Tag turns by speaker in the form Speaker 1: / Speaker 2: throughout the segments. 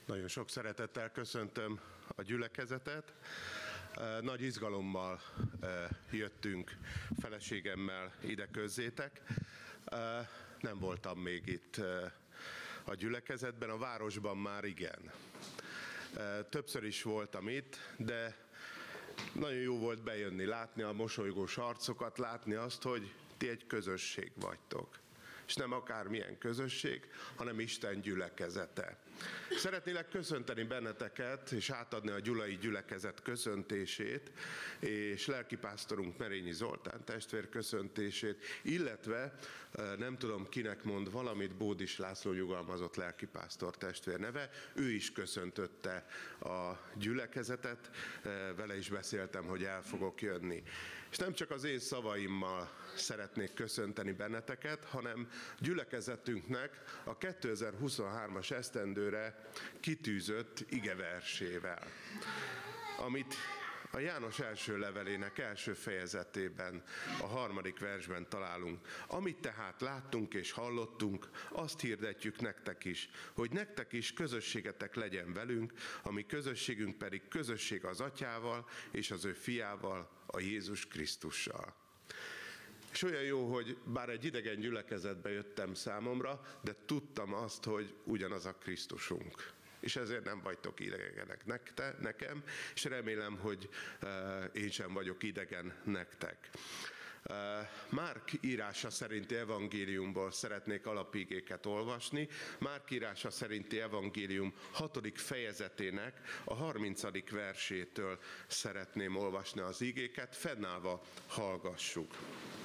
Speaker 1: Nagyon sok szeretettel köszöntöm a gyülekezetet. Nagy izgalommal jöttünk feleségemmel ide közzétek. Nem voltam még itt a gyülekezetben, a városban már igen. Többször is voltam itt, de nagyon jó volt bejönni, látni a mosolygós arcokat, látni azt, hogy ti egy közösség vagytok. És nem akármilyen közösség, hanem Isten gyülekezete. Szeretnélek köszönteni benneteket, és átadni a gyulai gyülekezet köszöntését, és lelkipásztorunk Merényi Zoltán testvér köszöntését, illetve nem tudom kinek mond valamit, Bódis László nyugalmazott lelkipásztor testvér neve, ő is köszöntötte a gyülekezetet, vele is beszéltem, hogy el fogok jönni. És nem csak az én szavaimmal szeretnék köszönteni benneteket, hanem gyülekezetünknek a 2023-as esztendőre kitűzött igeversével, amit a János első levelének első fejezetében, a 3. versben találunk. Amit tehát láttunk és hallottunk, azt hirdetjük nektek is, hogy nektek is közösségetek legyen velünk, ami közösségünk pedig közösség az Atyával és az ő fiával, a Jézus Krisztussal. És olyan jó, hogy bár egy idegen gyülekezetbe jöttem számomra, de tudtam azt, hogy ugyanaz a Krisztusunk. És ezért nem vagytok idegenek nekem, és remélem, hogy én sem vagyok idegen nektek. Márk írása szerinti evangéliumból szeretnék alapigéket olvasni. Márk írása szerinti evangélium 6. fejezetének a 30. versétől szeretném olvasni az igéket, fennállva hallgassuk.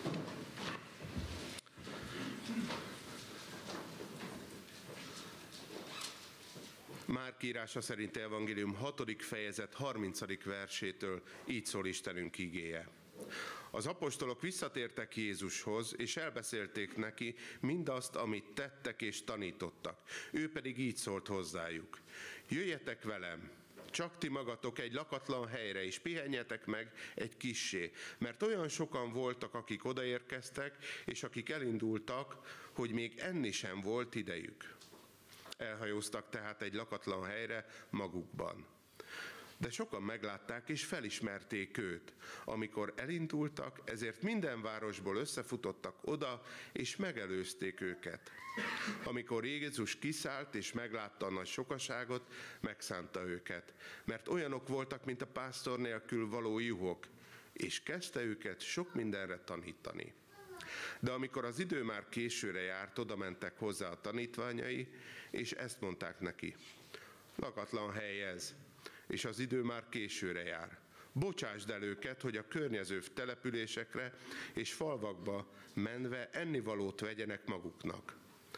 Speaker 1: Márk írása szerinti evangélium 6. fejezet 30. versétől így szól Istenünk igéje. Az apostolok visszatértek Jézushoz, és elbeszélték neki mindazt, amit tettek és tanítottak. Ő pedig így szólt hozzájuk. Jöjjetek velem, csak ti magatok egy lakatlan helyre, és pihenjetek meg egy kissé, mert olyan sokan voltak, akik odaérkeztek, és akik elindultak, hogy még enni sem volt idejük. Elhajóztak tehát egy lakatlan helyre magukban. De sokan meglátták és felismerték őt. Amikor elindultak, ezért minden városból összefutottak oda, és megelőzték őket. Amikor Jézus kiszállt és meglátta a nagy sokaságot, megszánta őket, mert olyanok voltak, mint a pásztor nélkül való juhok, és kezdte őket sok mindenre tanítani. De amikor az idő már későre járt, oda mentek hozzá a tanítványai, és ezt mondták neki. Lakatlan hely ez, és az idő már későre jár. Bocsásd el őket, hogy a környező településekre és falvakba menve ennivalót vegyenek maguknak.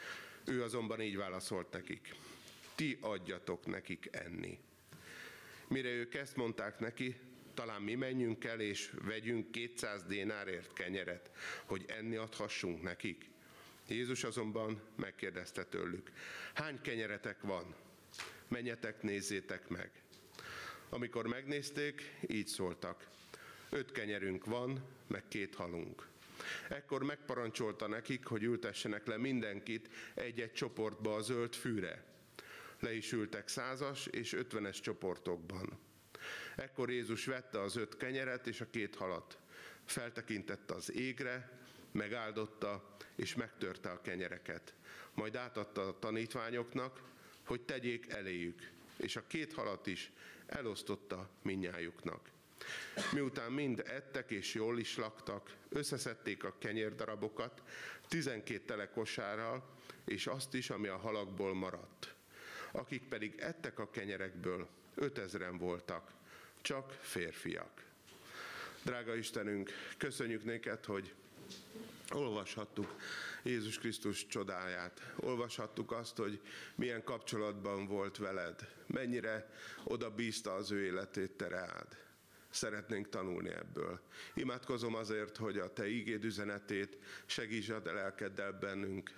Speaker 1: Ő azonban így válaszolt nekik. Ti adjatok nekik enni. Mire ők ezt mondták neki, talán mi menjünk el és vegyünk 200 dénárért kenyeret, hogy enni adhassunk nekik. Jézus azonban megkérdezte tőlük, hány kenyeretek van? Menjetek, nézzétek meg. Amikor megnézték, így szóltak, 5 kenyerünk van, meg 2 halunk. Ekkor megparancsolta nekik, hogy ültessenek le mindenkit egy-egy csoportba a zöld fűre. Le is ültek 100-as és 50-es csoportokban. Ekkor Jézus vette az 5 kenyeret és a 2 halat. Feltekintette az égre, megáldotta és megtörte a kenyereket. Majd átadta a tanítványoknak, hogy tegyék eléjük, és a 2 halat is elosztotta mindnyájuknak. Miután mind ettek és jól is laktak, összeszedték a kenyérdarabokat 12 tele kosárral, és azt is, ami a halakból maradt. Akik pedig ettek a kenyerekből, 5000-en voltak, csak férfiak. Drága Istenünk, köszönjük néked, hogy olvashattuk Jézus Krisztus csodáját. Olvashattuk azt, hogy milyen kapcsolatban volt veled, mennyire oda bízta az ő életét te rád. Szeretnénk tanulni ebből. Imádkozom azért, hogy a te igéd üzenetét segíts a lelkeddel bennünk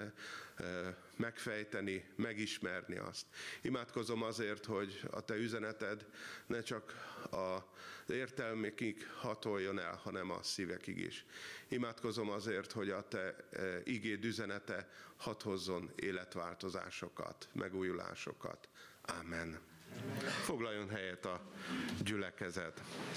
Speaker 1: megfejteni, megismerni azt. Imádkozom azért, hogy a te üzeneted ne csak az értelmekig hatoljon el, hanem a szívekig is. Imádkozom azért, hogy a te igéd üzenete hadd hozzon életváltozásokat, megújulásokat. Ámen. Foglaljon helyet a gyülekezet.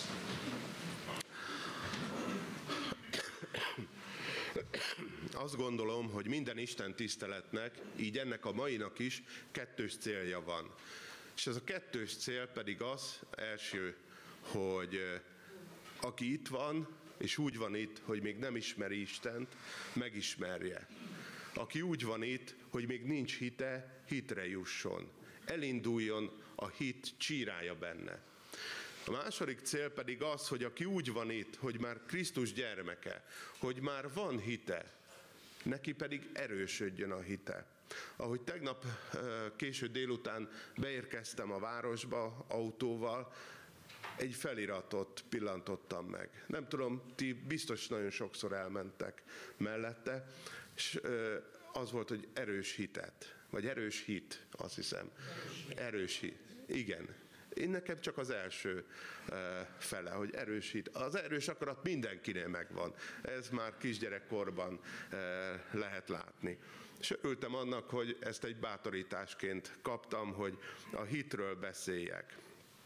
Speaker 1: Azt gondolom, hogy minden Isten tiszteletnek, így ennek a mainak is kettős célja van. És ez a kettős cél pedig az első, hogy aki itt van, és úgy van itt, hogy még nem ismeri Istent, megismerje. Aki úgy van itt, hogy még nincs hite, hitre jusson. Elinduljon a hit csírája benne. A második cél pedig az, hogy aki úgy van itt, hogy már Krisztus gyermeke, hogy már van hite, neki pedig erősödjön a hite. Ahogy tegnap késő délután beérkeztem a városba autóval, egy feliratot pillantottam meg. Nem tudom, ti biztos nagyon sokszor elmentek mellette, és az volt, hogy erős hitet, vagy erős hit, azt hiszem. Erős hit. Igen. Én nekem csak az első fele, hogy erős hit. Az erős akarat mindenkinél megvan. Ez már kisgyerekkorban lehet látni. És örültem annak, hogy ezt egy bátorításként kaptam, hogy a hitről beszéljek.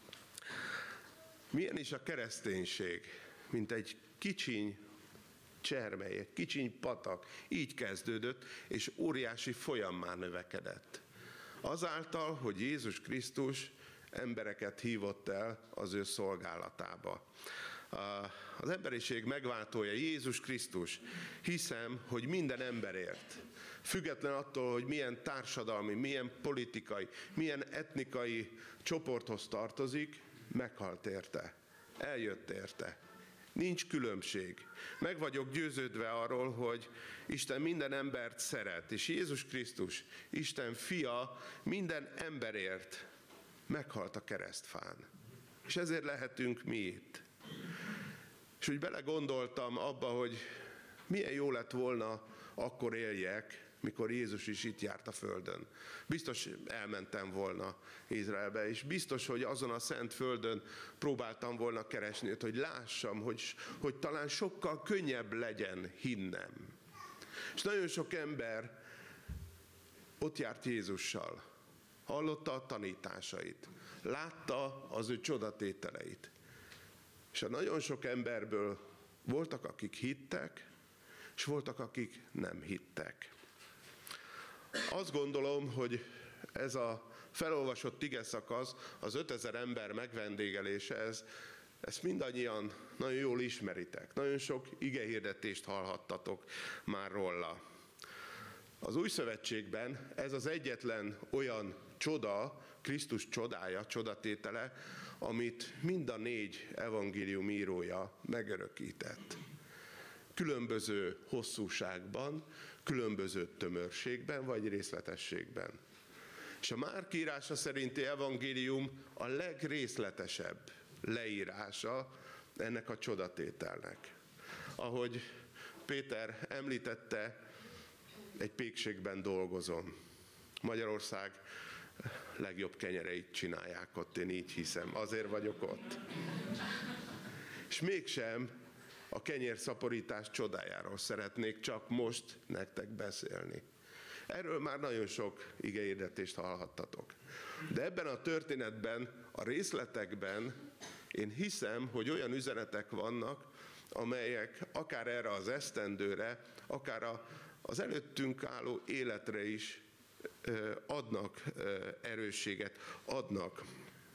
Speaker 1: Milyen is a kereszténység, mint egy kicsiny csermely, egy kicsiny patak, így kezdődött, és óriási folyammá növekedett. Azáltal, hogy Jézus Krisztus embereket hívott el az ő szolgálatába. Az emberiség megváltója Jézus Krisztus. Hiszem, hogy minden emberért, független attól, hogy milyen társadalmi, milyen politikai, milyen etnikai csoporthoz tartozik, meghalt érte. Eljött érte. Nincs különbség. Meg vagyok győződve arról, hogy Isten minden embert szeret, és Jézus Krisztus, Isten fia minden emberért meghalt a keresztfán. És ezért lehetünk mi itt. És úgy belegondoltam abba, hogy milyen jó lett volna akkor éljek, mikor Jézus is itt járt a földön. Biztos elmentem volna Izraelbe, és biztos, hogy azon a szent földön próbáltam volna keresni őt, hogy lássam, hogy talán sokkal könnyebb legyen hinnem. És nagyon sok ember ott járt Jézussal, hallotta a tanításait, látta az ő csodatételeit. És a nagyon sok emberből voltak, akik hittek, és voltak, akik nem hittek. Azt gondolom, hogy ez a felolvasott igeszakasz, az 5000 ember megvendégelése, ezt mindannyian nagyon jól ismeritek. Nagyon sok igehirdetést hallhattatok már róla. Az Új Szövetségben ez az egyetlen olyan csoda, Krisztus csodája, csodatétele, amit mind a 4 evangélium írója megörökített. Különböző hosszúságban, különböző tömörségben vagy részletességben. És a Márk írása szerinti evangélium a legrészletesebb leírása ennek a csodatételnek. Ahogy Péter említette, egy pékségben dolgozom. Magyarország legjobb kenyereit csinálják ott, én így hiszem. Azért vagyok ott. És mégsem a kenyérszaporítás csodájáról szeretnék csak most nektek beszélni. Erről már nagyon sok igehirdetést hallhattatok. De ebben a történetben, a részletekben én hiszem, hogy olyan üzenetek vannak, amelyek akár erre az esztendőre, akár az előttünk álló életre is adnak erősséget, adnak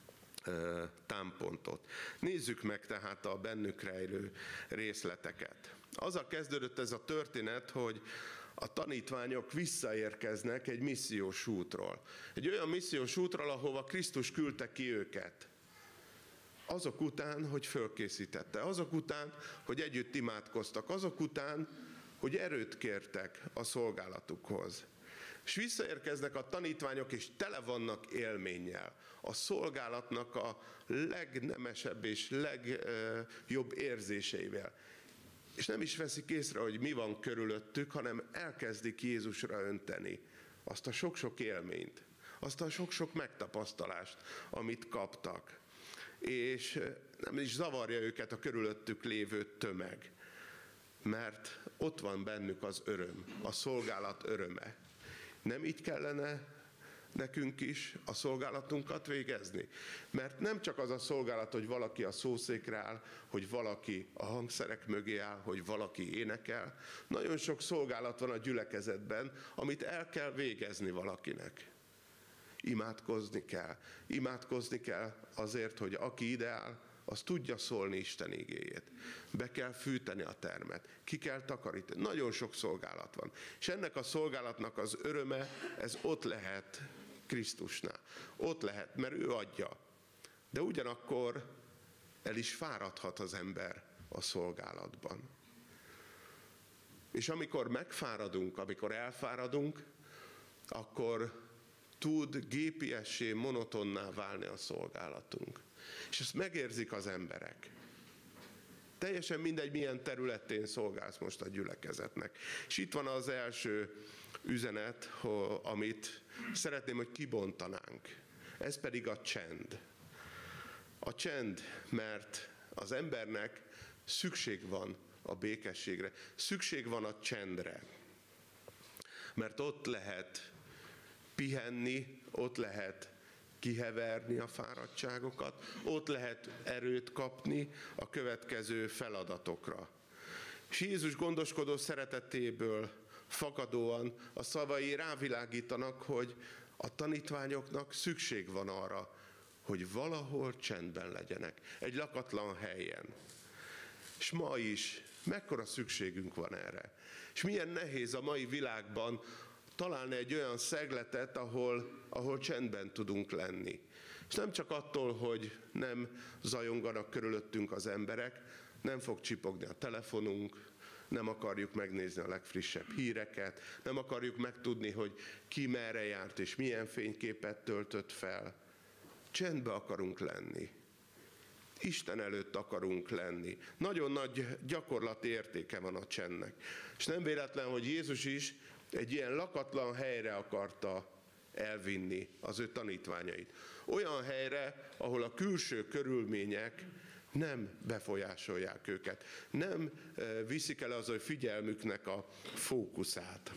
Speaker 1: támpontot. Nézzük meg tehát a bennük rejlő részleteket. Azzal kezdődött ez a történet, hogy a tanítványok visszaérkeznek egy missziós útról. Egy olyan missziós útról, ahova Krisztus küldte ki őket. Azok után, hogy fölkészítette, azok után, hogy együtt imádkoztak, azok után, hogy erőt kértek a szolgálatukhoz. És visszaérkeznek a tanítványok, és tele vannak élménnyel. A szolgálatnak a legnemesebb és legjobb érzéseivel. És nem is veszik észre, hogy mi van körülöttük, hanem elkezdik Jézusra önteni azt a sok-sok élményt, azt a sok-sok megtapasztalást, amit kaptak. És nem is zavarja őket a körülöttük lévő tömeg, mert ott van bennük az öröm, a szolgálat öröme. Nem így kellene nekünk is a szolgálatunkat végezni. Mert nem csak az a szolgálat, hogy valaki a szószékre áll, hogy valaki a hangszerek mögé áll, hogy valaki énekel. Nagyon sok szolgálat van a gyülekezetben, amit el kell végezni valakinek. Imádkozni kell. Imádkozni kell azért, hogy aki ide áll, az tudja szólni Isten igéjét. Be kell fűteni a termet, ki kell takarítani. Nagyon sok szolgálat van. És ennek a szolgálatnak az öröme, ez ott lehet Krisztusnál. Ott lehet, mert ő adja. De ugyanakkor el is fáradhat az ember a szolgálatban. És amikor megfáradunk, amikor elfáradunk, akkor tud gépiessé, monotonná válni a szolgálatunk. És ezt megérzik az emberek. Teljesen mindegy, milyen területén szolgálsz most a gyülekezetnek. És itt van az első üzenet, amit szeretném, hogy kibontanánk. Ez pedig a csend. A csend, mert az embernek szükség van a békességre, szükség van a csendre. Mert ott lehet pihenni, ott lehet kiheverni a fáradtságokat, ott lehet erőt kapni a következő feladatokra. És Jézus gondoskodó szeretetéből fakadóan a szavai rávilágítanak, hogy a tanítványoknak szükség van arra, hogy valahol csendben legyenek, egy lakatlan helyen. És ma is mekkora szükségünk van erre. És milyen nehéz a mai világban találni egy olyan szegletet, ahol csendben tudunk lenni. És nem csak attól, hogy nem zajonganak körülöttünk az emberek, nem fog csipogni a telefonunk, nem akarjuk megnézni a legfrissebb híreket, nem akarjuk megtudni, hogy ki merre járt és milyen fényképet töltött fel. Csendben akarunk lenni. Isten előtt akarunk lenni. Nagyon nagy gyakorlati értéke van a csendnek. És nem véletlen, hogy Jézus is egy ilyen lakatlan helyre akarta elvinni az ő tanítványait. Olyan helyre, ahol a külső körülmények nem befolyásolják őket. Nem viszik el az ő figyelmüknek a fókuszát.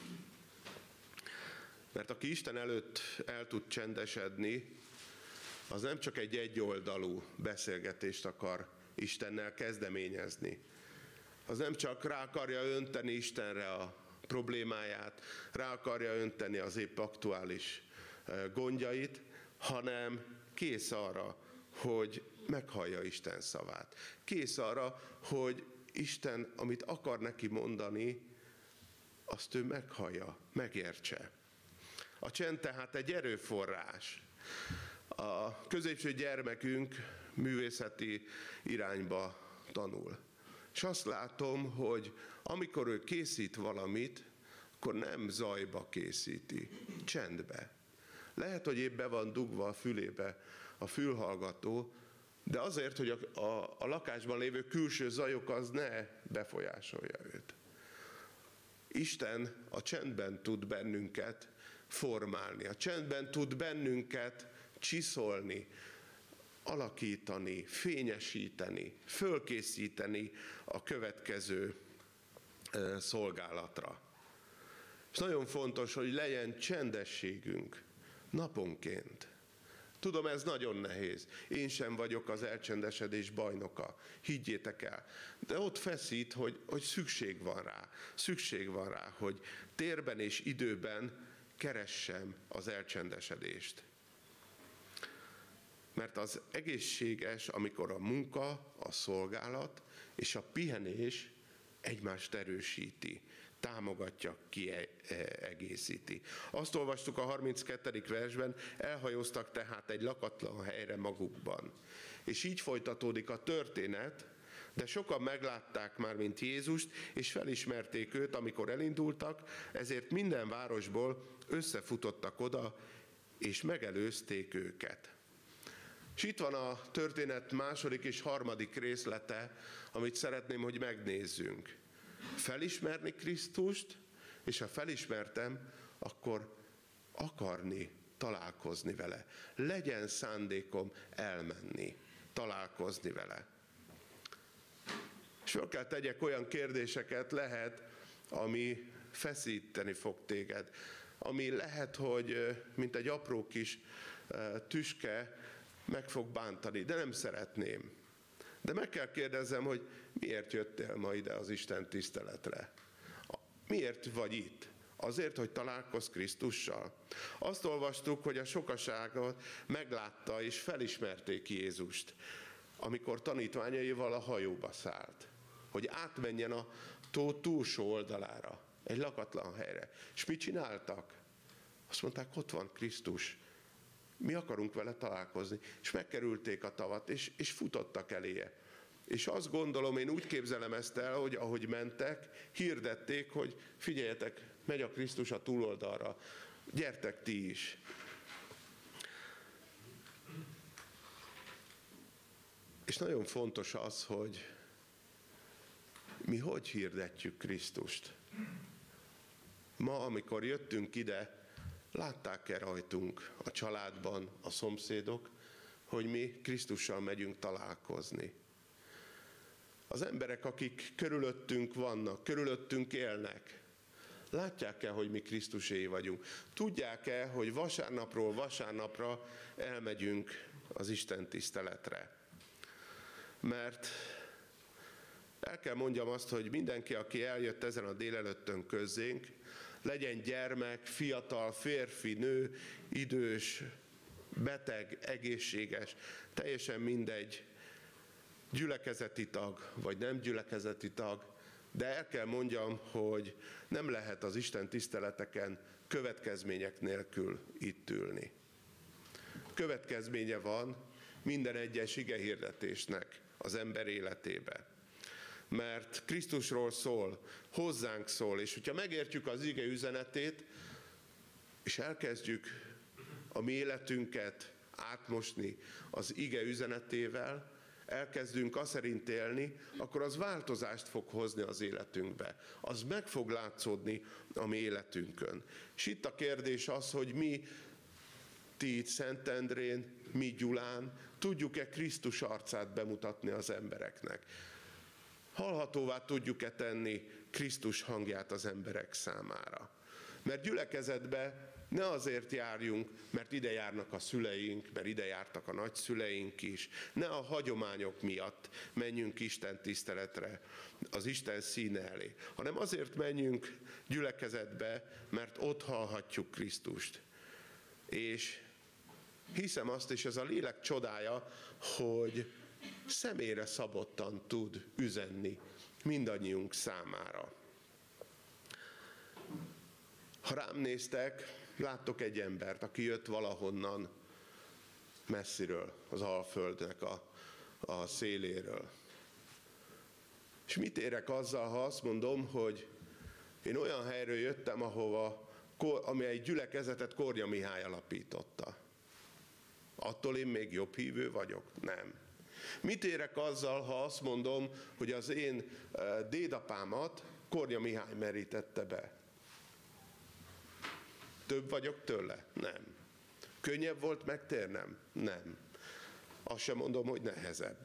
Speaker 1: Mert aki Isten előtt el tud csendesedni, az nem csak egy egyoldalú beszélgetést akar Istennel kezdeményezni. Az nem csak rá akarja önteni Istenre a problémáját, rá akarja önteni az épp aktuális gondjait, hanem kész arra, hogy meghallja Isten szavát. Kész arra, hogy Isten, amit akar neki mondani, azt ő meghallja, megértse. A csend tehát egy erőforrás. A középső gyermekünk művészeti irányba tanul. És azt látom, hogy amikor ő készít valamit, akkor nem zajba készíti, csendbe. Lehet, hogy épp be van dugva a fülébe a fülhallgató, de azért, hogy a lakásban lévő külső zajok az ne befolyásolja őt. Isten a csendben tud bennünket formálni, a csendben tud bennünket csiszolni, alakítani, fényesíteni, fölkészíteni a következő szolgálatra. És nagyon fontos, hogy legyen csendességünk naponként. Tudom, ez nagyon nehéz. Én sem vagyok az elcsendesedés bajnoka. Higgyétek el. De ott feszít, hogy szükség van rá. Szükség van rá, hogy térben és időben keressem az elcsendesedést. Mert az egészséges, amikor a munka, a szolgálat és a pihenés egymást erősíti, támogatja, kiegészíti. Azt olvastuk a 32. versben, elhajóztak tehát egy lakatlan helyre magukban. És így folytatódik a történet, de sokan meglátták már, mint Jézust, és felismerték őt, amikor elindultak, ezért minden városból összefutottak oda, és megelőzték őket. És itt van a történet második és harmadik részlete, amit szeretném, hogy megnézzünk. Felismerni Krisztust, és ha felismertem, akkor akarni, találkozni vele. Legyen szándékom elmenni, találkozni vele. És fel kell tegyek olyan kérdéseket, lehet, ami feszíteni fog téged. ami lehet, hogy mint egy apró kis tüske meg fog bántani, de nem szeretném. De meg kell kérdezzem, hogy miért jöttél ma ide az Isten tiszteletre? Miért vagy itt? Azért, hogy találkozz Krisztussal? Azt olvastuk, hogy a sokaságot meglátta és felismerték Jézust, amikor tanítványaival a hajóba szállt, hogy átmenjen a tó túlsó oldalára, egy lakatlan helyre. És mit csináltak? Azt mondták, ott van Krisztus, mi akarunk vele találkozni. És megkerülték a tavat, és futottak eléje. És azt gondolom, én úgy képzelem ezt el, hogy ahogy mentek, hirdették, hogy figyeljetek, megy a Krisztus a túloldalra, gyertek ti is. És nagyon fontos az, hogy mi hogy hirdetjük Krisztust. Ma, amikor jöttünk ide, látták-e rajtunk a családban, a szomszédok, hogy mi Krisztussal megyünk találkozni. Az emberek, akik körülöttünk vannak, körülöttünk élnek, látják-e, hogy mi Krisztuséi vagyunk? Tudják-e, hogy vasárnapról vasárnapra elmegyünk az Isten tiszteletre? Mert el kell mondjam azt, hogy mindenki, aki eljött ezen a délelőttön közénk, legyen gyermek, fiatal, férfi, nő, idős, beteg, egészséges, teljesen mindegy, gyülekezeti tag, vagy nem gyülekezeti tag, de el kell mondjam, hogy nem lehet az Isten tiszteleteken következmények nélkül itt ülni. Következménye van minden egyes igehirdetésnek az ember életébe. Mert Krisztusról szól, hozzánk szól, és hogyha megértjük az ige üzenetét, és elkezdjük a mi életünket átmosni az ige üzenetével, elkezdünk azt szerint élni, akkor az változást fog hozni az életünkbe. Az meg fog látszódni a mi életünkön. És itt a kérdés az, hogy mi, ti itt Szentendrén, mi Gyulán, tudjuk-e Krisztus arcát bemutatni az embereknek? Hallhatóvá tudjuk-e tenni Krisztus hangját az emberek számára? Mert gyülekezetbe ne azért járjunk, mert ide járnak a szüleink, mert ide jártak a nagyszüleink is. Ne a hagyományok miatt menjünk Isten tiszteletre, az Isten színe elé, hanem azért menjünk gyülekezetbe, mert ott hallhatjuk Krisztust. És hiszem azt, és ez a lélek csodája, hogy személyre szabottan tud üzenni mindannyiunk számára. Ha rám néztek, láttok egy embert, aki jött valahonnan messziről, az Alföldnek a széléről. És mit érek azzal, ha azt mondom, hogy én olyan helyről jöttem, ami egy gyülekezetet Kornya Mihály alapította. Attól én még jobb hívő vagyok? Nem. Mit érek azzal, ha azt mondom, hogy az én dédapámat Kornya Mihály merítette be? Több vagyok tőle? Nem. Könnyebb volt megtérnem? Nem. Azt sem mondom, hogy nehezebb.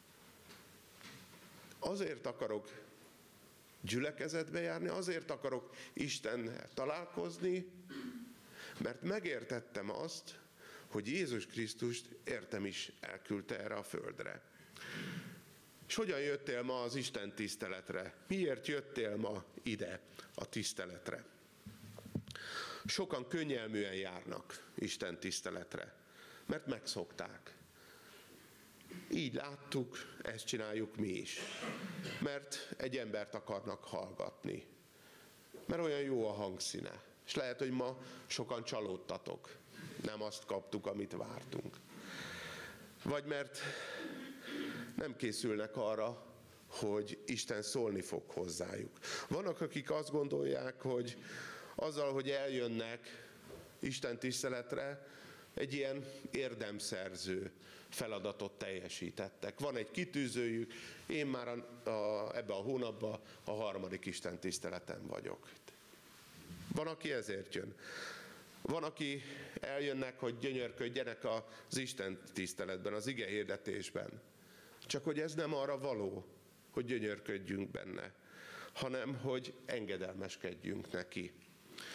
Speaker 1: Azért akarok gyülekezetbe járni, azért akarok Istennel találkozni, mert megértettem azt, hogy Jézus Krisztust értem is elküldte erre a földre. És hogyan jöttél ma az Isten tiszteletre? Miért jöttél ma ide a tiszteletre? Sokan könnyelműen járnak Isten tiszteletre, mert megszokták. Így láttuk, ezt csináljuk mi is. Mert egy embert akarnak hallgatni. Mert olyan jó a hangszíne. És lehet, hogy ma sokan csalódtatok. Nem azt kaptuk, amit vártunk. Vagy mert nem készülnek arra, hogy Isten szólni fog hozzájuk. Vannak, akik azt gondolják, hogy azzal, hogy eljönnek Isten tiszteletre, egy ilyen érdemszerző feladatot teljesítettek. Van egy kitűzőjük, én már ebben a hónapban a 3. Isten tiszteleten vagyok. Van, aki ezért jön. Van, aki eljönnek, hogy gyönyörködjenek az Isten tiszteletben, az ige hirdetésben. Csak hogy ez nem arra való, hogy gyönyörködjünk benne, hanem hogy engedelmeskedjünk neki.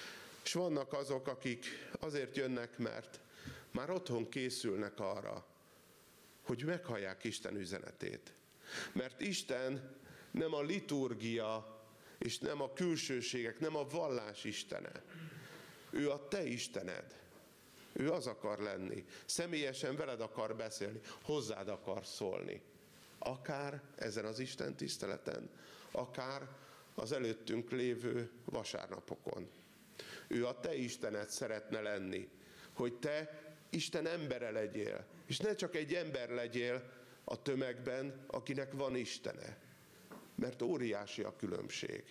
Speaker 1: És vannak azok, akik azért jönnek, mert már otthon készülnek arra, hogy meghallják Isten üzenetét. Mert Isten nem a liturgia, és nem a külsőségek, nem a vallás istene. Ő a te Istened. Ő az akar lenni. Személyesen veled akar beszélni, hozzád akar szólni. Akár ezen az Isten tiszteleten, akár az előttünk lévő vasárnapokon. Ő a te Istened szeretne lenni, hogy te Isten embere legyél, és ne csak egy ember legyél a tömegben, akinek van Istene. Mert óriási a különbség.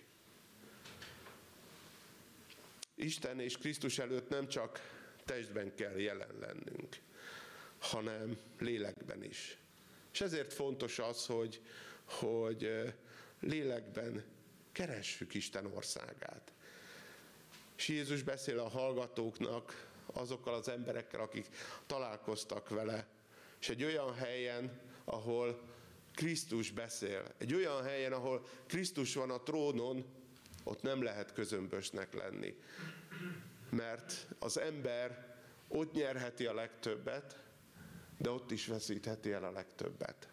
Speaker 1: Isten és Krisztus előtt nem csak testben kell jelen lennünk, hanem lélekben is. És ezért fontos az, hogy lélekben keressük Isten országát. És Jézus beszél a hallgatóknak, azokkal az emberekkel, akik találkoztak vele, és egy olyan helyen, ahol Krisztus beszél, egy olyan helyen, ahol Krisztus van a trónon, ott nem lehet közömbösnek lenni. Mert az ember ott nyerheti a legtöbbet, de ott is veszítheti el a legtöbbet.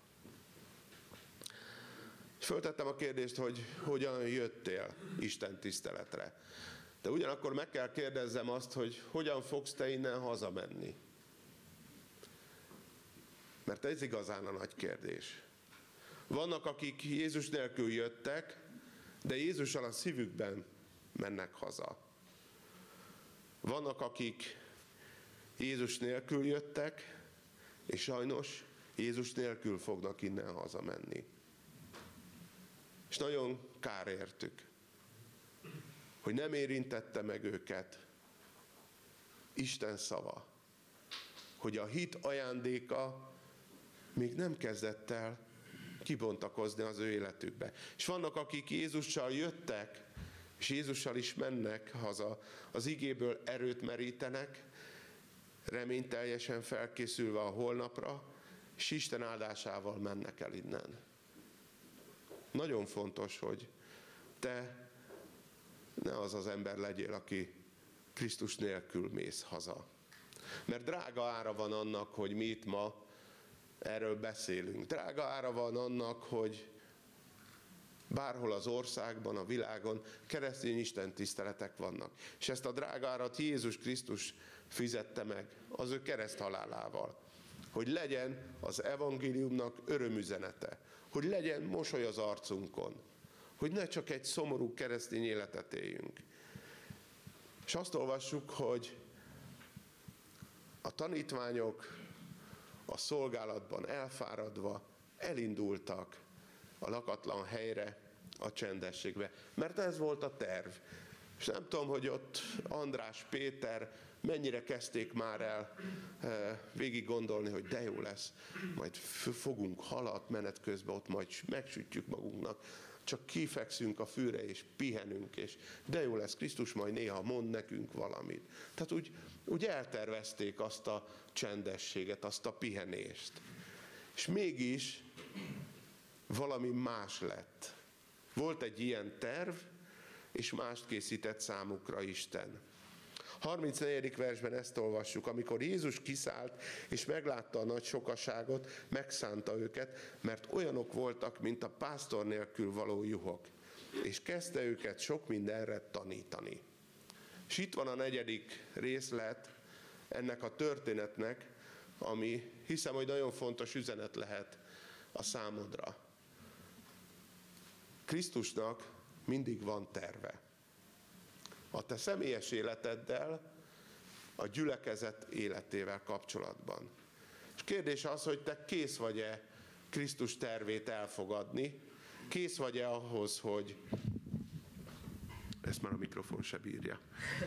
Speaker 1: És föltettem a kérdést, hogy hogyan jöttél Isten tiszteletre. De ugyanakkor meg kell kérdezzem azt, hogy hogyan fogsz te innen hazamenni. Mert ez igazán a nagy kérdés. Vannak, akik Jézus nélkül jöttek, de Jézussal a szívükben mennek haza. Vannak, akik Jézus nélkül jöttek, és sajnos Jézus nélkül fognak innen hazamenni. És nagyon kár értük, hogy nem érintette meg őket Isten szava, hogy a hit ajándéka még nem kezdett el kibontakozni az ő életükbe. És vannak, akik Jézussal jöttek, és Jézussal is mennek haza, az igéből erőt merítenek, reményteljesen felkészülve a holnapra, és Isten áldásával mennek el innen. Nagyon fontos, hogy te ne az az ember legyél, aki Krisztus nélkül mész haza. Mert drága ára van annak, hogy mi itt ma erről beszélünk. Drága ára van annak, hogy bárhol az országban, a világon keresztény istentiszteletek vannak. És ezt a drága árat Jézus Krisztus fizette meg az ő kereszthalálával. Hogy legyen az evangéliumnak örömüzenete. Hogy legyen mosoly az arcunkon. Hogy ne csak egy szomorú keresztény életet éljünk. És azt olvassuk, hogy a tanítványok a szolgálatban elfáradva elindultak a lakatlan helyre, a csendességbe. Mert ez volt a terv. És nem tudom, hogy ott András, Péter mennyire kezdték már el végig gondolni, hogy de jó lesz, majd fogunk halat menet közben, ott majd megsütjük magunknak, csak kifekszünk a fűre és pihenünk, és de jó lesz, Krisztus majd néha mond nekünk valamit. Tehát úgy eltervezték azt a csendességet, azt a pihenést. És mégis valami más lett. Volt egy ilyen terv, és mást készített számukra Isten. 34. versben ezt olvassuk, amikor Jézus kiszállt, és meglátta a nagy sokaságot, megszánta őket, mert olyanok voltak, mint a pásztor nélkül való juhok, és kezdte őket sok mindenre tanítani. És itt van a 4. részlet ennek a történetnek, ami hiszem, hogy nagyon fontos üzenet lehet a számodra. Krisztusnak mindig van terve. A te személyes életeddel, a gyülekezet életével kapcsolatban. És kérdés az, hogy te kész vagy-e Krisztus tervét elfogadni, kész vagy-e ahhoz, hogy... Ezt már a mikrofon se bírja.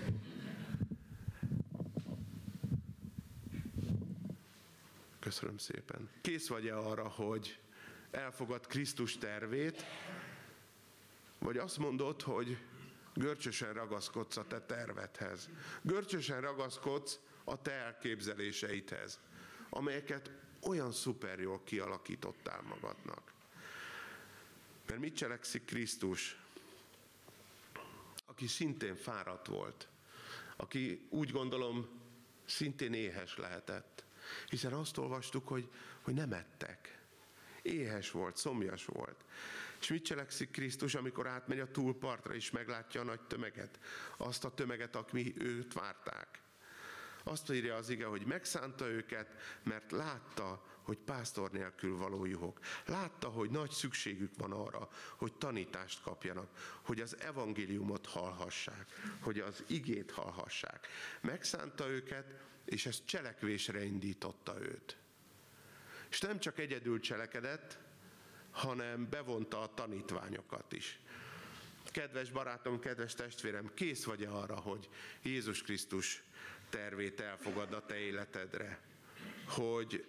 Speaker 1: Köszönöm szépen. Kész vagy-e arra, hogy elfogad Krisztus tervét, vagy azt mondod, hogy görcsösen ragaszkodsz a te tervedhez. Görcsösen ragaszkodsz a te elképzeléseidhez, amelyeket olyan szuper jól kialakítottál magadnak. Mert mit cselekszik Krisztus, aki szintén fáradt volt, aki úgy gondolom szintén éhes lehetett. Hiszen azt olvastuk, hogy nem ettek. Éhes volt, szomjas volt. És mit cselekszik Krisztus, amikor átmegy a túlpartra, és meglátja a nagy tömeget? Azt a tömeget, aki őt várták. Azt írja az ige, hogy megszánta őket, mert látta, hogy pásztor nélkül való juhok. Látta, hogy nagy szükségük van arra, hogy tanítást kapjanak, hogy az evangéliumot hallhassák, hogy az igét hallhassák. Megszánta őket, és ez cselekvésre indította őt. És nem csak egyedül cselekedett, hanem bevonta a tanítványokat is. Kedves barátom, kedves testvérem, kész vagy-e arra, hogy Jézus Krisztus tervét elfogad a te életedre? Hogy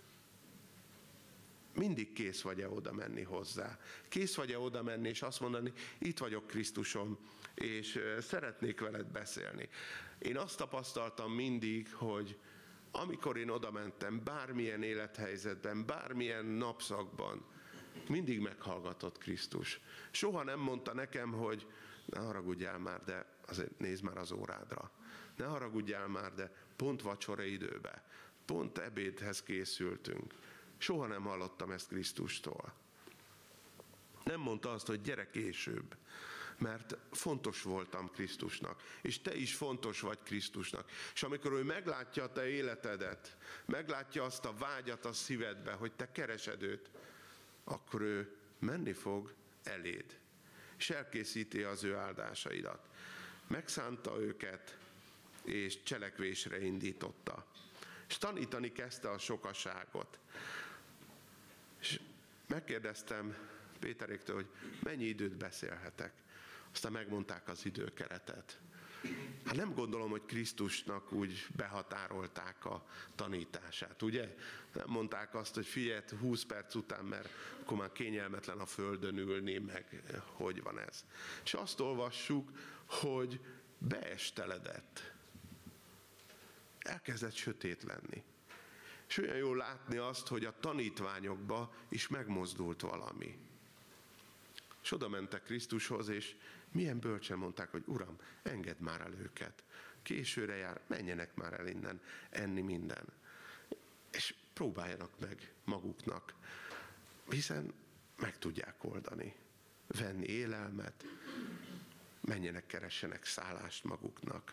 Speaker 1: mindig kész vagy-e oda menni hozzá? Kész vagy-e oda menni és azt mondani, itt vagyok Krisztusom, és szeretnék veled beszélni. Én azt tapasztaltam mindig, hogy amikor én oda mentem, bármilyen élethelyzetben, bármilyen napszakban, mindig meghallgatott Krisztus. Soha nem mondta nekem, hogy ne haragudjál már, de azért nézd már az órádra. Ne haragudjál már, de pont vacsora időbe, pont ebédhez készültünk. Soha nem hallottam ezt Krisztustól. Nem mondta azt, hogy gyere később, mert fontos voltam Krisztusnak, és te is fontos vagy Krisztusnak. És amikor ő meglátja a te életedet, meglátja azt a vágyat a szívedbe, hogy te keresed őt, akkor ő menni fog eléd, és elkészíti az ő áldásaidat. Megszánta őket, és cselekvésre indította. És tanítani kezdte a sokaságot. És megkérdeztem Péteréktől, hogy mennyi időt beszélhetek. Aztán megmondták az időkeretet. Hát nem gondolom, hogy Krisztusnak úgy behatárolták a tanítását, ugye? Nem mondták azt, hogy figyelj, 20 perc után, mert akkor már kényelmetlen a földön ülni, meg hogy van ez. És azt olvassuk, hogy beesteledett. Elkezdett sötét lenni. És olyan jól látni azt, hogy a tanítványokba is megmozdult valami. És oda mentek Krisztushoz, és milyen bölcsen mondták, hogy Uram, engedd már el őket. Későre jár, menjenek már el innen enni minden. És próbáljanak meg maguknak, hiszen meg tudják oldani. Venni élelmet, menjenek, keressenek szállást maguknak.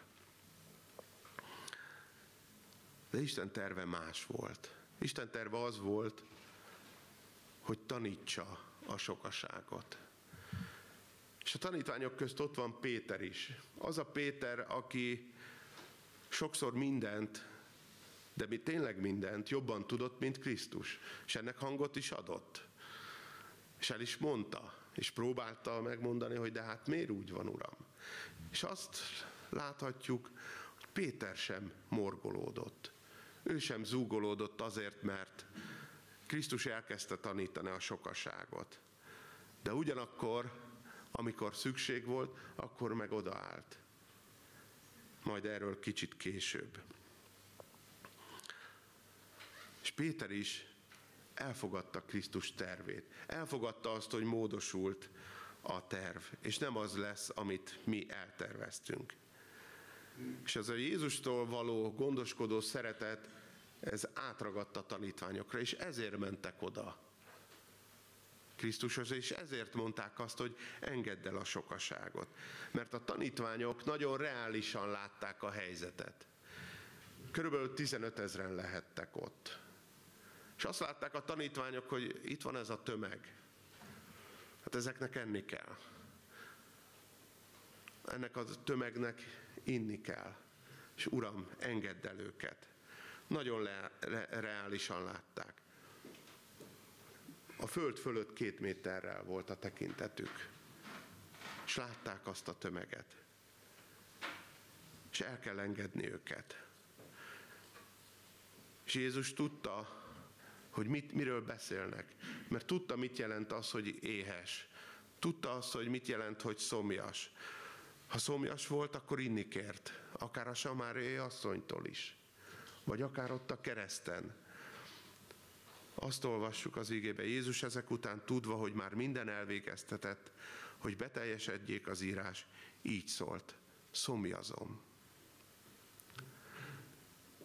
Speaker 1: De Isten terve más volt. Isten terve az volt, hogy tanítsa a sokaságot. És a tanítványok közt ott van Péter is. Az a Péter, aki sokszor mindent, de mi tényleg mindent jobban tudott, mint Krisztus. És ennek hangot is adott. És el is mondta, és próbálta megmondani, hogy de hát miért úgy van, Uram? És azt láthatjuk, hogy Péter sem morgolódott. Ő sem zúgolódott azért, mert Krisztus elkezdte tanítani a sokaságot. De ugyanakkor, amikor szükség volt, akkor meg odaállt. Majd erről kicsit később. És Péter is elfogadta Krisztus tervét. Elfogadta azt, hogy módosult a terv, és nem az lesz, amit mi elterveztünk. És ez a Jézustól való gondoskodó szeretet, ez átragadt a tanítványokra, és ezért mentek oda Krisztushoz, és ezért mondták azt, hogy engedd el a sokaságot. Mert a tanítványok nagyon reálisan látták a helyzetet. Körülbelül 15 000 lehettek ott. És azt látták a tanítványok, hogy itt van ez a tömeg. Hát ezeknek enni kell. Ennek a tömegnek inni kell. És Uram, engedd el őket. Nagyon reálisan látták. A föld fölött 2 méterrel volt a tekintetük. És látták azt a tömeget. És el kell engedni őket. És Jézus tudta, hogy miről beszélnek. Mert tudta, mit jelent az, hogy éhes. Tudta azt, hogy mit jelent, hogy szomjas. Ha szomjas volt, akkor inni kért. Akár a samáriai asszonytól is. Vagy akár ott a kereszten. Azt olvassuk az igébe, Jézus ezek után tudva, hogy már minden elvégeztetett, hogy beteljesedjék az írás, így szólt, szomjazom.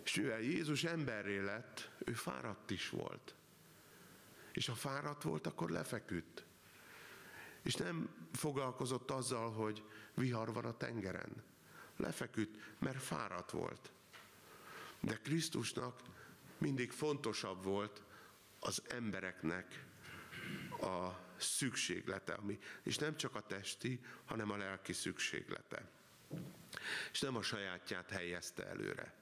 Speaker 1: És mivel Jézus emberré lett, ő fáradt is volt. És ha fáradt volt, akkor lefeküdt. És nem foglalkozott azzal, hogy vihar van a tengeren. Lefeküdt, mert fáradt volt. De Krisztusnak mindig fontosabb volt az embereknek a szükséglete, és nem csak a testi, hanem a lelki szükséglete. És nem a sajátját helyezte előre,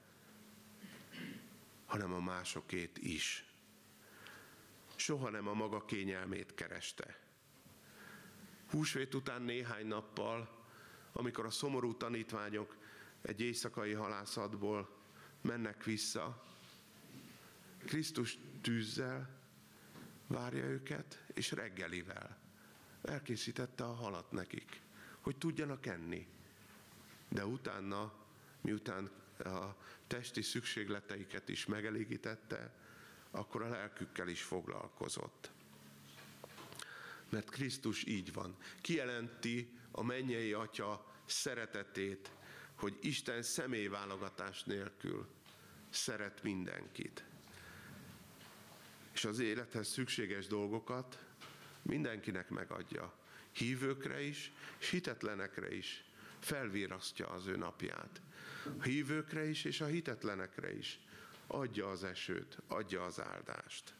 Speaker 1: hanem a másokét is. Soha nem a maga kényelmét kereste. Húsvét után néhány nappal, amikor a szomorú tanítványok egy éjszakai halászatból mennek vissza, Krisztus tűzzel várja őket, és reggelivel elkészítette a halat nekik, hogy tudjanak enni. De utána, miután a testi szükségleteiket is megelégítette, akkor a lelkükkel is foglalkozott. Mert Krisztus így van. Kijelenti a mennyei Atya szeretetét, hogy Isten személyválogatás nélkül szeret mindenkit. És az élethez szükséges dolgokat mindenkinek megadja. Hívőkre is, és hitetlenekre is felvirrasztja az ő napját. A hívőkre is, és a hitetlenekre is adja az esőt, adja az áldást.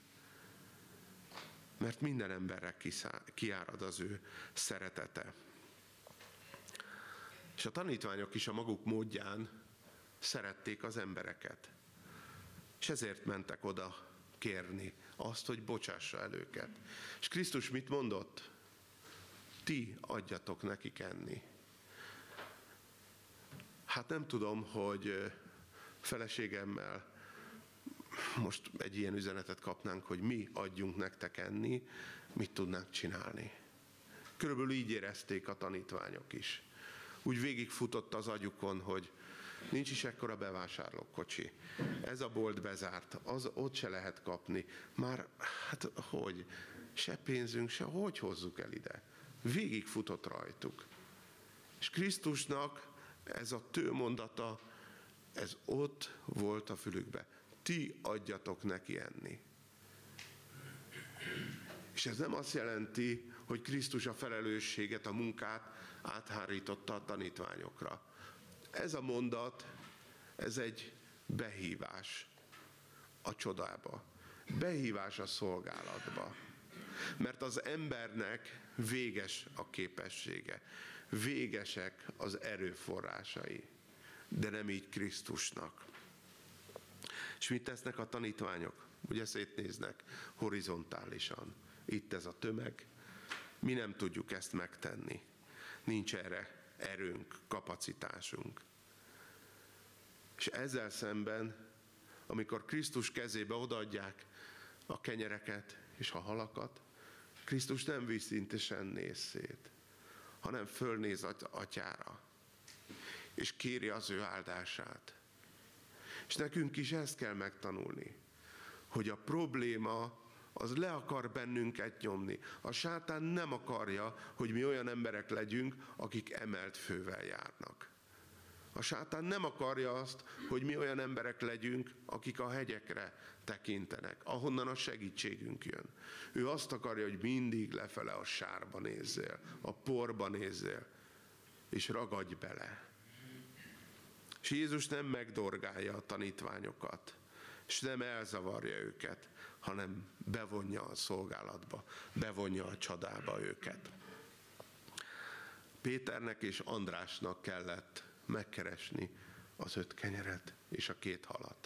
Speaker 1: Mert minden emberre kiárad az ő szeretete. És a tanítványok is a maguk módján szerették az embereket. És ezért mentek oda kérni azt, hogy bocsássa el őket. És Krisztus mit mondott? Ti adjatok nekik enni. Hát nem tudom, hogy feleségemmel most egy ilyen üzenetet kapnánk, hogy mi adjunk nektek enni, mit tudnánk csinálni. Körülbelül így érezték a tanítványok is. Úgy végigfutott az agyukon, hogy nincs is ekkora bevásárlókocsi. Ez a bolt bezárt, ott se lehet kapni. Már, hát hogy? Se pénzünk, se hogy hozzuk el ide? Végigfutott rajtuk. És Krisztusnak ez a tőmondata, ez ott volt a fülükbe. Ti adjatok neki enni. És ez nem azt jelenti, hogy Krisztus a felelősséget, a munkát áthárította a tanítványokra. Ez a mondat, ez egy behívás a csodába. Behívás a szolgálatba. Mert az embernek véges a képessége. Végesek az erőforrásai. De nem így Krisztusnak. És mit tesznek a tanítványok? Ugye szétnéznek horizontálisan. Itt ez a tömeg. Mi nem tudjuk ezt megtenni. Nincs erre erőnk, kapacitásunk. És ezzel szemben, amikor Krisztus kezébe odaadják a kenyereket és a halakat, Krisztus nem vízszintesen néz szét, hanem fölnéz Atyára, és kéri az ő áldását. És nekünk is ezt kell megtanulni, hogy a probléma az le akar bennünket nyomni. A sátán nem akarja, hogy mi olyan emberek legyünk, akik emelt fővel járnak. A sátán nem akarja azt, hogy mi olyan emberek legyünk, akik a hegyekre tekintenek, ahonnan a segítségünk jön. Ő azt akarja, hogy mindig lefele a sárba nézzél, a porba nézzél, és ragadj bele. És Jézus nem megdorgálja a tanítványokat, és nem elzavarja őket, hanem bevonja a szolgálatba, bevonja a csodába őket. Péternek és Andrásnak kellett megkeresni az 5 kenyeret és a 2 halat.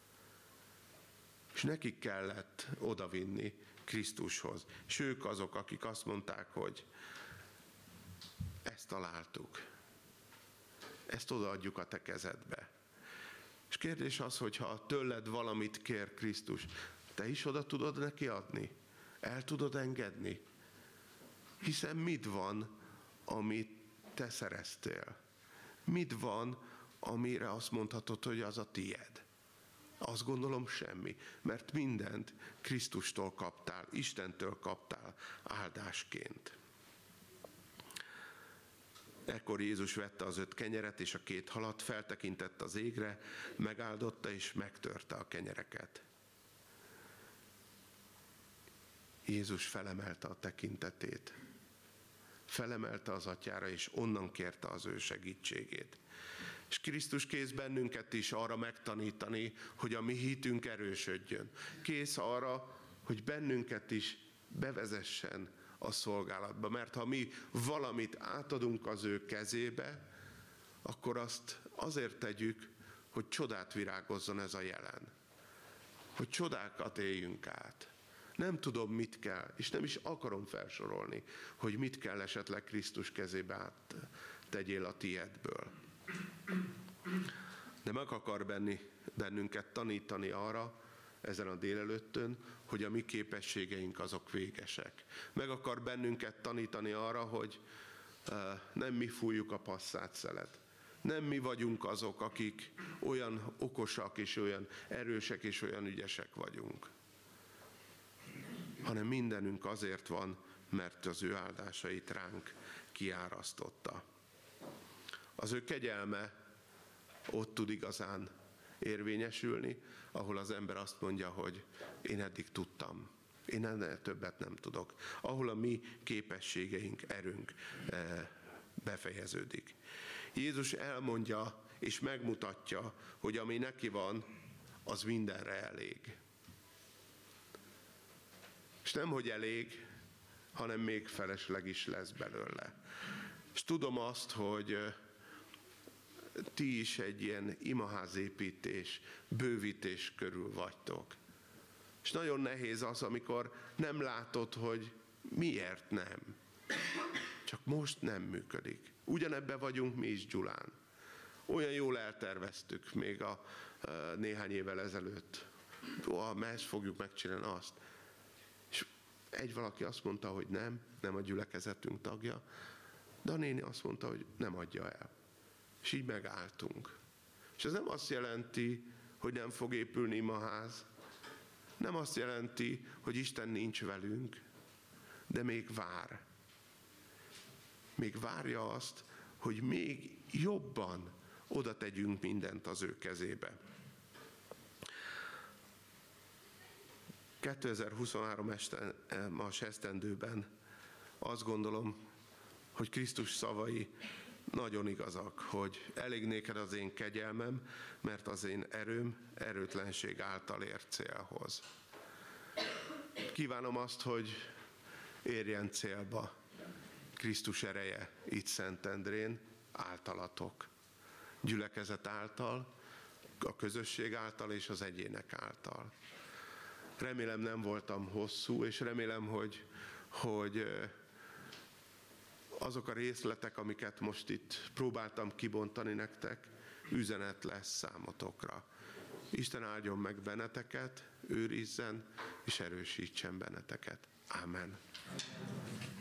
Speaker 1: És nekik kellett odavinni Krisztushoz. És ők azok, akik azt mondták, hogy ezt találtuk. Ezt odaadjuk a te kezedbe. És kérdés az, hogy ha tőled valamit kér Krisztus, te is oda tudod neki adni? El tudod engedni? Hiszen mit van, amit te szereztél? Mit van, amire azt mondhatod, hogy az a tied? Azt gondolom semmi, mert mindent Krisztustól kaptál, Istentől kaptál áldásként. Ekkor Jézus vette az 5 kenyeret és a 2 halat, feltekintett az égre, megáldotta és megtörte a kenyereket. Jézus felemelte a tekintetét. Felemelte az Atyára, és onnan kérte az ő segítségét. És Krisztus kész bennünket is arra megtanítani, hogy a mi hitünk erősödjön. Kész arra, hogy bennünket is bevezessen a szolgálatba. Mert ha mi valamit átadunk az ő kezébe, akkor azt azért tegyük, hogy csodát virágozzon ez a jelen. Hogy csodákat éljünk át. Nem tudom, mit kell, és nem is akarom felsorolni, hogy mit kell esetleg Krisztus kezébe áttegyél a tiédből. De meg akar bennünket tanítani arra, ezen a délelőttön, hogy a mi képességeink azok végesek. Meg akar bennünket tanítani arra, hogy nem mi fújjuk a passzát-szelet. Nem mi vagyunk azok, akik olyan okosak és olyan erősek és olyan ügyesek vagyunk. Hanem mindenünk azért van, mert az ő áldásait ránk kiárasztotta. Az ő kegyelme ott tud igazán érvényesülni, ahol az ember azt mondja, hogy én eddig tudtam, én ennél többet nem tudok. Ahol a mi képességeink, erőnk befejeződik. Jézus elmondja és megmutatja, hogy ami neki van, az mindenre elég. És nem, hogy elég, hanem még felesleg is lesz belőle. És tudom azt, hogy ti is egy ilyen imaházépítés, bővítés körül vagytok. És nagyon nehéz az, amikor nem látod, hogy miért nem. Csak most nem működik. Ugyanebben vagyunk mi is Gyulán. Olyan jól elterveztük még a néhány évvel ezelőtt. Ezt fogjuk megcsinálni, azt. És egy valaki azt mondta, hogy nem a gyülekezetünk tagja, de a néni azt mondta, hogy nem adja el. És így megálltunk. És ez nem azt jelenti, hogy nem fog épülni imaház, nem azt jelenti, hogy Isten nincs velünk, de még vár. Még várja azt, hogy még jobban oda tegyünk mindent az ő kezébe. 2023-as esztendőben azt gondolom, hogy Krisztus szavai nagyon igazak, hogy elég néked az én kegyelmem, mert az én erőm erőtlenség által ér célhoz. Kívánom azt, hogy érjen célba Krisztus ereje itt Szentendrén, általatok. Gyülekezet által, a közösség által és az egyének által. Remélem nem voltam hosszú, és remélem, hogy azok a részletek, amiket most itt próbáltam kibontani nektek, üzenet lesz számotokra. Isten áldjon meg benneteket, őrizzen és erősítsen benneteket. Ámen.